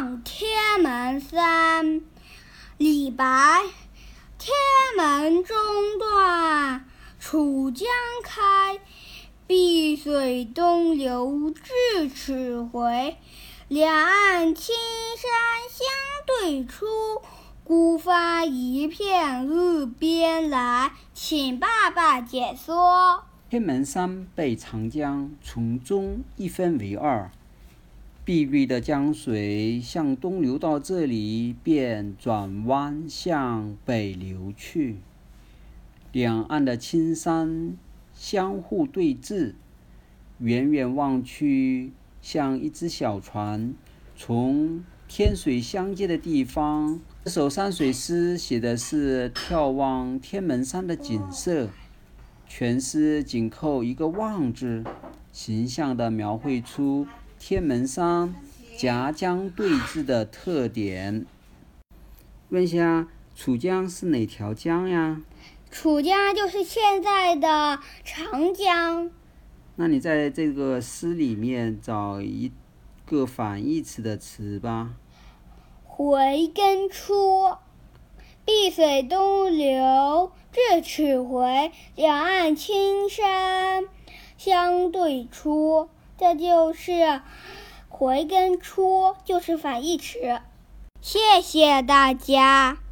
望天门山。李白。天门中断楚江开，碧水东流至此回。两岸青山相对出，孤帆一片日边来。请爸爸解说。 天门山被长江从中一分为二，碧绿的江水向东流到这里，便转弯向北流去。两岸的青山相互对峙，远远望去，像一只小船从天水相接的地方。这首山水诗写的是眺望天门山的景色，全诗紧扣一个望字，形象地描绘出天门山夹江对峙的特点。问一下，楚江是哪条江呀？ 楚江就是现在的长江。 那你在这个诗里面找一个反义词的词吧。 回跟出，碧水东流至此回，两岸青山相对出。这就是回跟出，就是反义词。谢谢大家。